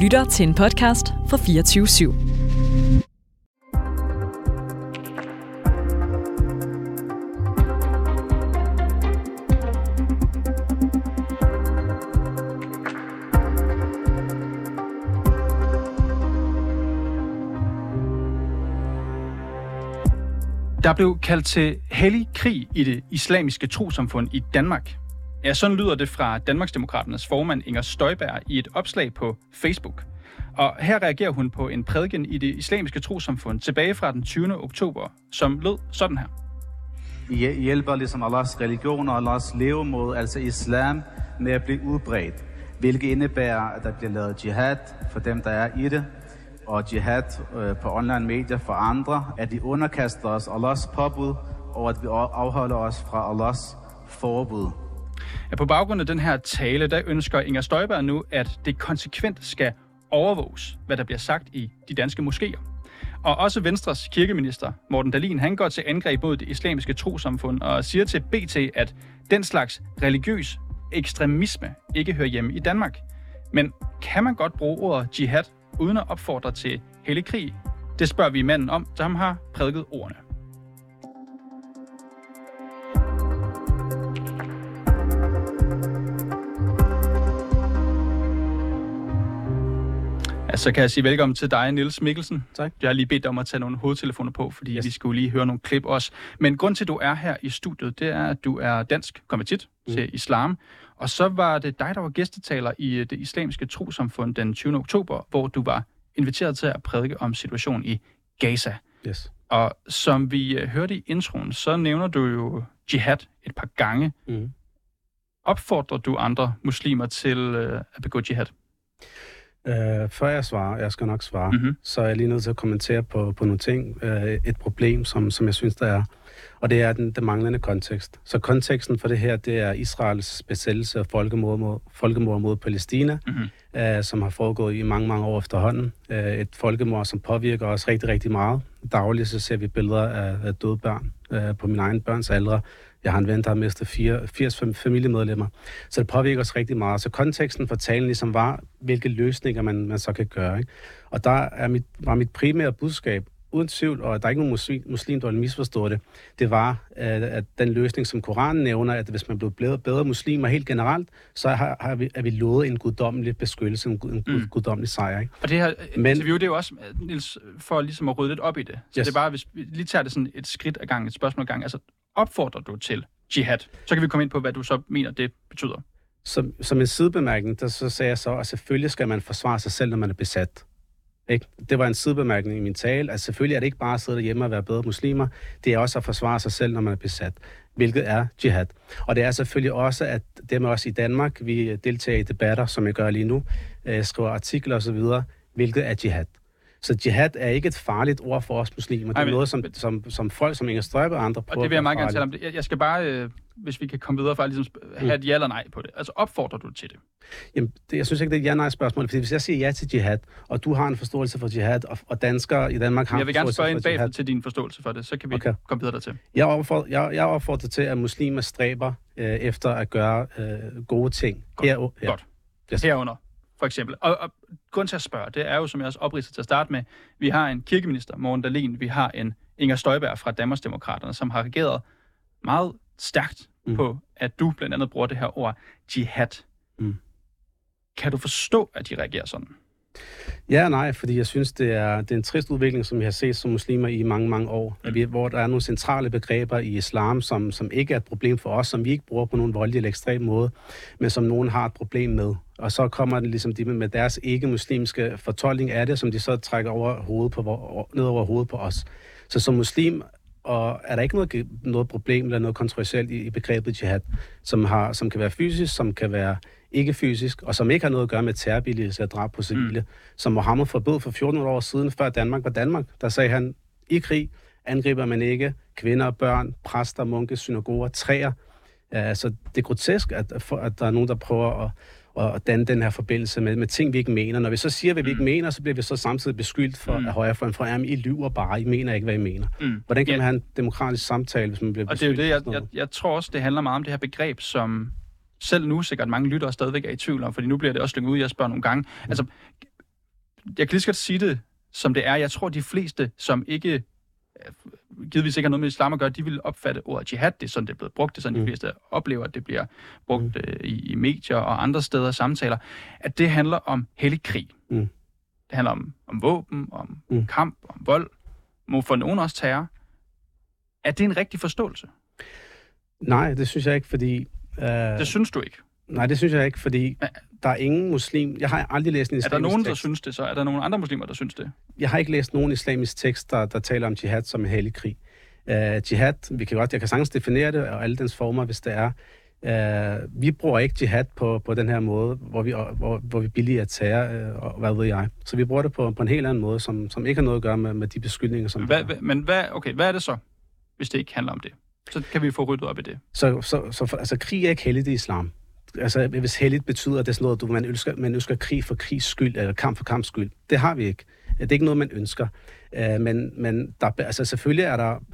lytter til en podcast fra 24/7. Der blev kaldt til hellig krig i det islamiske trossamfund i Danmark. Ja, sådan lyder det fra Danmarksdemokraternes formand Inger Støjberg i et opslag på Facebook. Og her reagerer hun på en prædiken i det islamiske trossamfund tilbage fra den 20. oktober, som lød sådan her. I hjælper ligesom Allahs religion og Allahs levemåde, altså islam, med at blive udbredt. Hvilket indebærer, at der bliver lavet jihad for dem, der er i det, og jihad på online medier for andre, at vi underkaster os Allahs påbud, og at vi afholder os fra Allahs forbud. Ja, på baggrund af den her tale, der ønsker Inger Støjberg nu, at det konsekvent skal overvåges, hvad der bliver sagt i de danske moskéer. Og også Venstres kirkeminister, Morten Dahlin, han går til angreb mod det islamiske trossamfund og siger til BT, at den slags religiøs ekstremisme ikke hører hjemme i Danmark. Men kan man godt bruge ordet jihad uden at opfordre til hellig krig? Det spørger vi manden om, der ham har prædiket ordene. Ja, så kan jeg sige velkommen til dig, Niels Mikkelsen. Tak. Jeg har lige bedt dig om at tage nogle hovedtelefoner på, fordi vi skulle lige høre nogle klip også. Men grund til, at du er her i studiet, det er, at du er dansk konvertit til islam. Og så var det dig, der var gæstetaler i det islamiske trossamfund den 20. oktober, hvor du var inviteret til at prædike om situationen i Gaza. Yes. Og som vi hørte i introen, så nævner du jo jihad et par gange. Opfordrer du andre muslimer til at begå jihad? Før jeg svarer, jeg skal nok svare, så er jeg lige nødt til at kommentere på nogle ting. Et problem, som jeg synes, der er, og det er den manglende kontekst. Så konteksten for det her, det er Israels besættelse og folkemord mod Palæstina, som har foregået i mange, mange år efterhånden. Et folkemord, som påvirker os rigtig, rigtig meget. Dagligt så ser vi billeder af døde børn på mine egne børns aldre. Jeg har en ven, der har mistet 80 familiemedlemmer. Så det påvirker os rigtig meget. Så konteksten for talen ligesom var, hvilke løsninger man så kan gøre. Ikke? Og der var mit primære budskab, uden tvivl, og der er ikke nogen muslim, der vil misforstå det, det var, at den løsning, som Koranen nævner, at hvis man bliver bedre muslimer helt generelt, så er vi lovet en guddommelig beskyttelse, en guddommelig sejr. Ikke? Og det her interview, det er jo også, Niels, for ligesom at rydde lidt op i det. Så det er bare, hvis vi lige tager det sådan et skridt ad gangen, et spørgsmål ad gangen. Altså, opfordrer du til jihad? Så kan vi komme ind på, hvad du så mener, det betyder. Som en sidebemærkning, så sagde jeg så, at selvfølgelig skal man forsvare sig selv, når man er besat. Ikke? Det var en sidebemærkning i min tale, at selvfølgelig er det ikke bare at sidde derhjemme og være bedre muslimer, det er også at forsvare sig selv, når man er besat, hvilket er jihad. Og det er selvfølgelig også, at det med os i Danmark, vi deltager i debatter, som jeg gør lige nu, skriver artikler osv., hvilket er jihad. Så jihad er ikke et farligt ord for os muslimer. Det er noget, som folk som Inger Støjberg og andre prøver. Og det vil jeg meget gerne tale om. Jeg skal bare, hvis vi kan komme videre fra, ligesom have et ja eller nej på det. Altså opfordrer du til det? Jamen, jeg synes ikke, det er et ja-nej-spørgsmål. Fordi hvis jeg siger ja til jihad, og du har en forståelse for jihad, og danskere i Danmark har en forståelse for jihad... Jeg vil gerne spørge ind bagefter til din forståelse for det, så kan vi komme videre dertil. Jeg opfordrer til, at muslimer stræber efter at gøre gode ting. Godt. Herunder. For eksempel. Og grund til at spørge, det er jo, som jeg også opridser til at starte med, vi har en kirkeminister, Morten Dahlin, vi har en Inger Støjberg fra Danmarksdemokraterne, som har reageret meget stærkt på, at du blandt andet bruger det her ord jihad. Kan du forstå, at de reagerer sådan? Ja og nej, fordi jeg synes, det er en trist udvikling, som vi har set som muslimer i mange, mange år. Hvor der er nogle centrale begreber i islam, som ikke er et problem for os, som vi ikke bruger på nogen voldelig eller ekstrem måde, men som nogen har et problem med. Og så kommer det ligesom de med deres ikke-muslimske fortolkning af det, som de så trækker ned over hovedet på os. Så som muslim er der ikke noget problem eller noget kontroversielt i begrebet jihad, som kan være fysisk, som kan være ikke fysisk, og som ikke har noget at gøre med terrorbilligelse og drab på civile. Som Mohammed forbød for 14 år siden, før Danmark var Danmark. Der sagde han, i krig angriber man ikke kvinder og børn, præster, munke, synagoger, træer. Altså, det er grotesk, at der er nogen, der prøver at danne den her forbindelse med ting, vi ikke mener. Når vi så siger, hvad vi ikke mener, så bliver vi så samtidig beskyldt for at højrefløjen for, at I lyver bare, I mener ikke, hvad I mener. Hvordan kan man have en demokratisk samtale, hvis man bliver beskyldt? Og det er jo det, jeg tror også, det handler meget om det her begreb, som selv nu sikkert mange lyttere stadigvæk er i tvivl om, fordi nu bliver det også slynget ud, jeg spørger nogle gange. Altså, jeg kan lige så godt sige det, som det er. Jeg tror, de fleste, som ikke givetvis ikke har noget med islam at gøre, de vil opfatte ordet jihad. Det er sådan, det er blevet brugt. Det er sådan, de fleste oplever, at det bliver brugt i medier og andre steder, samtaler. At det handler om hellig krig. Det handler om våben, om kamp, om vold. Må for nogen også terror. Er det en rigtig forståelse? Nej, det synes jeg ikke, fordi... Det synes du ikke? Nej, det synes jeg ikke, fordi der er ingen muslim... Jeg har aldrig læst en islamisk tekst. Er der nogen, der synes det så? Er der nogen andre muslimer, der synes det? Jeg har ikke læst nogen islamisk tekst, der taler om jihad som en hellig krig. Jihad, jeg kan sagtens definere det, og alle dens former, hvis det er. Vi bruger ikke jihad på den her måde, hvor vi billiger terror, og hvad ved jeg. Så vi bruger det på en helt anden måde, som ikke har noget at gøre med de beskyldninger, som... Hvad er det så, hvis det ikke handler om det? Så kan vi få ryddet op i det. Så krig er ikke helligt i islam. Altså, hvis helligt betyder, at det er sådan noget, man ønsker krig for krigs skyld, eller kamp for kamps skyld. Det har vi ikke. Det er ikke noget, man ønsker. Men selvfølgelig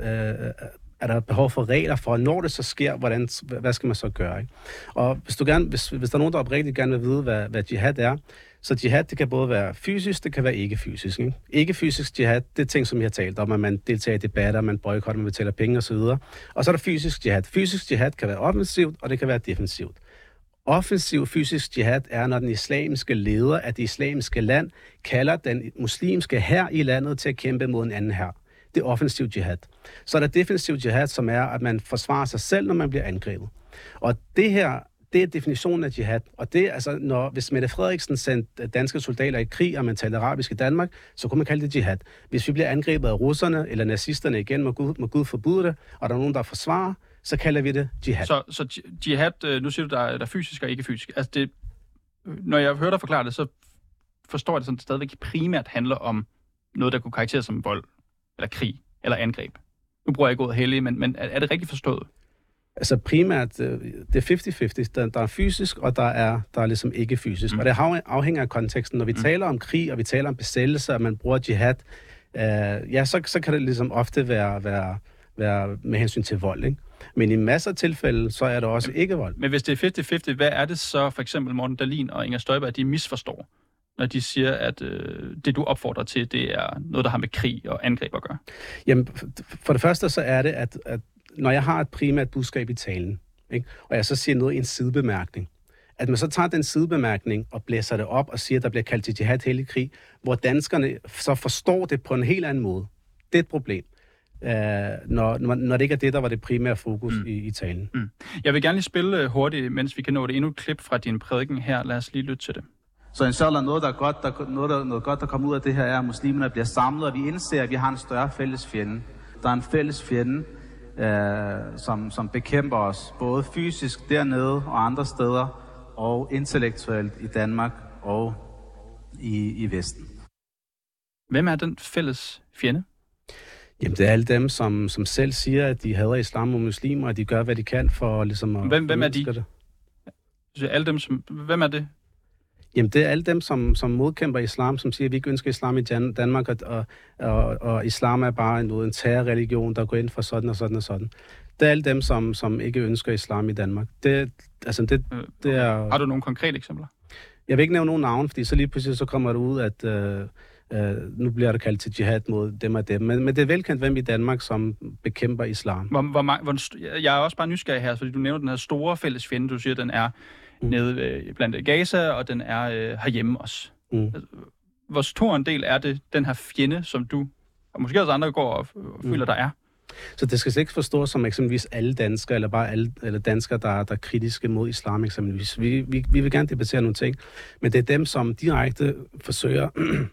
er der behov for regler for, når det så sker, hvad skal man så gøre? Ikke? Og hvis der er nogen, der oprigtigt gerne vil vide, hvad jihad er, så jihad, det kan både være fysisk, det kan være ikke-fysisk. Ikke? Ikke-fysisk jihad, det er ting, som jeg har talt om, at man deltager i debatter, man boykotter, man betaler penge osv. Og så er der fysisk jihad. Fysisk jihad kan være offensivt, og det kan være defensivt. Offensiv fysisk jihad er, når den islamiske leder af det islamiske land kalder den muslimske hær i landet til at kæmpe mod en anden hær. Det er offensiv jihad. Så er der defensiv jihad, som er, at man forsvarer sig selv, når man bliver angrebet. Og det her, det er definitionen af jihad. Og det er altså, hvis Mette Frederiksen sendte danske soldater i krig, og man talte arabisk i Danmark, så kunne man kalde det jihad. Hvis vi bliver angrebet af russerne eller nazisterne igen, må Gud forbyde det, og der er nogen, der forsvarer, så kalder vi det jihad. Så jihad, nu siger du, der er fysisk og ikke fysisk. Altså det, når jeg hører dig forklare det, så forstår jeg det sådan, at det stadigvæk primært handler om noget, der kunne karakteriseres som vold, eller krig, eller angreb. Nu bruger jeg ikke ordet hellig, men er det rigtigt forstået? Altså primært, det er 50-50. Der er fysisk, og der er ligesom ikke fysisk. Og det afhænger af konteksten. Når vi taler om krig, og vi taler om besættelse, og man bruger jihad, så kan det ligesom ofte være med hensyn til vold, ikke? Men i masser af tilfælde, så er der også ikke vold. Men hvis det er 50-50, hvad er det så, for eksempel Morten Dahlin og Inger Støjberg, de misforstår, når de siger, at det, du opfordrer til, det er noget, der har med krig og angreb at gøre? Jamen, for det første så er det, at når jeg har et primært budskab i talen, ikke, og jeg så siger noget i en sidebemærkning, at man så tager den sidebemærkning og blæser det op og siger, at der bliver kaldt til jihad, hellig krig, hvor danskerne så forstår det på en helt anden måde. Det er et problem. Når det ikke er det, der var det primære fokus i talen. Jeg vil gerne lige spille hurtigt, mens vi kan nå det endnu et klip fra din prædiken her. Lad os lige lytte til det. Så inshallah, noget godt, der kommer ud af det her, er, at muslimerne bliver samlet, og vi indser, at vi har en større fælles fjende. Der er en fælles fjende, som bekæmper os, både fysisk dernede og andre steder, og intellektuelt i Danmark og i Vesten. Hvem er den fælles fjende? Jamen, det er alle dem, som selv siger, at de hader islam og muslimer, og de gør, hvad de kan for ligesom at... Hvem er de? Hvem er det? Jamen, det er alle dem, som modkæmper islam, som siger, at vi ikke ønsker islam i Danmark, og islam er bare en terrorreligion, der går ind for sådan og sådan og sådan. Det er alle dem, som ikke ønsker islam i Danmark. Det er... Har du nogle konkrete eksempler? Jeg vil ikke nævne nogen navn, fordi så lige pludselig så kommer det ud, at nu bliver det kaldt til jihad mod dem og dem. Men det er velkendt, hvem i Danmark, som bekæmper islam. Jeg er også bare nysgerrig her, fordi du nævner den her store fælles fjende, du siger, den er nede blandt Gaza, og den er herhjemme også. Hvor stor en del er det, den her fjende, som du, og måske også andre går og føler, der er? Så det skal ikke forstås som eksempelvis alle danskere, eller bare alle danskere, der er kritiske mod islam eksempelvis. Vi vil gerne debattere nogle ting, men det er dem, som direkte forsøger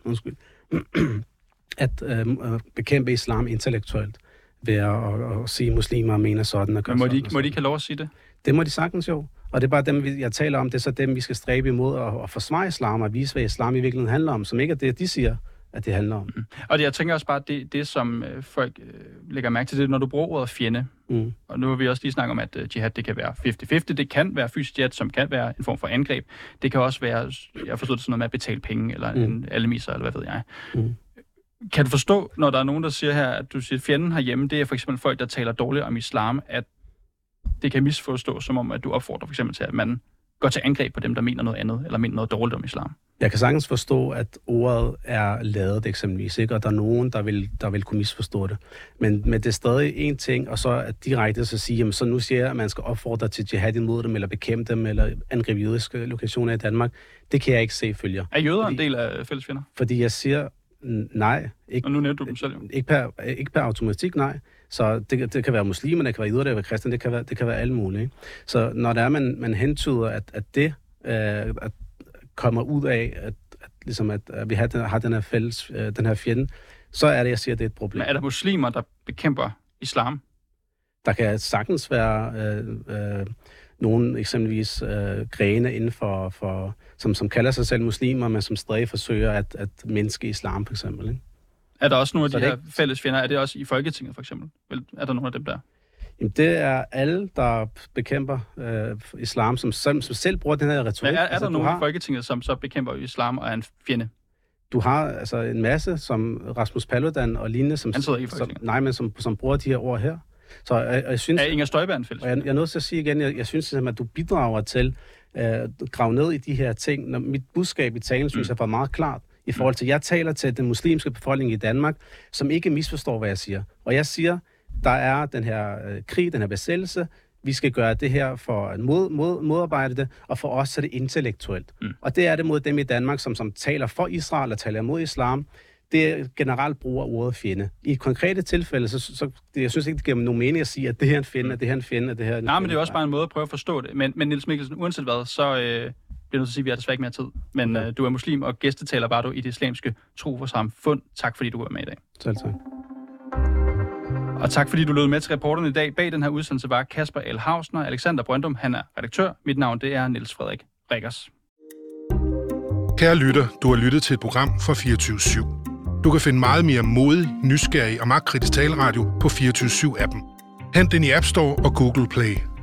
at bekæmpe islam intellektuelt ved at sige, at muslimer mener sådan. Men må de ikke have lov at sige det? Det må de sagtens jo. Og det er bare dem, jeg taler om, det er så dem, vi skal stræbe imod at forsvare islam og vise, hvad islam i virkeligheden handler om, som ikke er det, de siger, at det handler om. Og jeg tænker også bare, det som folk lægger mærke til, det når du bruger ordet fjende, og nu har vi også lige snakket om, at jihad, det kan være 50-50, det kan være fysisk jihad, som kan være en form for angreb. Det kan også være, jeg forstår det sådan noget med at betale penge, eller en almisser, eller hvad ved jeg. Kan du forstå, når der er nogen, der siger her, at du siger, at fjenden herhjemme, det er for eksempel folk, der taler dårligt om islam, at det kan misforstås som om, at du opfordrer for eksempel til, at man går til angreb på dem, der mener noget andet, eller mener noget dårligt om islam? Jeg kan sagtens forstå, at ordet er ladet eksempelvis, ikke? Og der er nogen, der vil kunne misforstå det. Men det er stadig en ting, og så at direkte så sige, jamen, så nu siger jeg, at man skal opfordre til jihad imod dem, eller bekæmpe dem, eller angribe jødiske lokationer i Danmark. Det kan jeg ikke se følger. Er jøder en del af fælles fjender? Fordi jeg siger nej. Ikke, og nu nævnte du dem selv jo. Ikke per automatik, nej. Så det kan være muslimer, det kan være jøder, det kan være kristne, det kan være alle mulige. Ikke? Så når der er, man hentyder, at det at kommer ud af, at vi har den her fælles, den her fjende, så er det, jeg siger, at det er et problem. Men er der muslimer, der bekæmper islam? Der kan sagtens være nogle eksempelvis grene inden for som kalder sig selv muslimer, men som stadig forsøger at mindske islam, for eksempel. Ikke? Er der også nogle af de her fælles fjender? Er det også i Folketinget, for eksempel? Er der nogle af dem der? Jamen, det er alle, der bekæmper islam, som selv bruger den her retorik. Men er der nogen i Folketinget, som så bekæmper islam og er en fjende? Du har altså en masse, som Rasmus Paludan og lignende, som bruger de her ord her. Så jeg synes, er Inger Støjberg en fælles? Jeg er nødt til at sige igen, jeg synes at du bidrager til at grave ned i de her ting. Når mit budskab i talen, synes jeg, var meget klart i forhold til, at jeg taler til den muslimske befolkning i Danmark, som ikke misforstår, hvad jeg siger. Og jeg siger, der er den her krig, den her besættelse. Vi skal gøre det her for at modarbejde det, og for os er det intellektuelt. Og det er det mod dem i Danmark, som taler for Israel og taler mod islam. Det er generelt bruger ordet fjende. I et konkrete tilfælde, så jeg synes ikke, det giver nogen mening at sige, at det her er en fjende, at det her er en fjende, at det her er en fjende. Nej, men det er også bare en måde at prøve at forstå det. Men Niels Mikkelsen, uanset hvad, så bliver jeg nødt til at sige, at vi har desværre ikke mere tid. Men du er muslim, og gæstetaler var du i det islamiske trosamfund. Tak fordi du var med i dag. Selv tak. Og tak fordi du lød med til reporterne i dag. Bag den her udsendelse var Kasper L. Hausner, Alexander Brøndum, han er redaktør. Mit navn det er Niels Frederik Rikkers. Kære lytter, du har lyttet til et program fra 24/7. Du kan finde meget mere modig, nysgerrig og magtkritisk taleradio på 24/7-appen. Hent den i App Store og Google Play.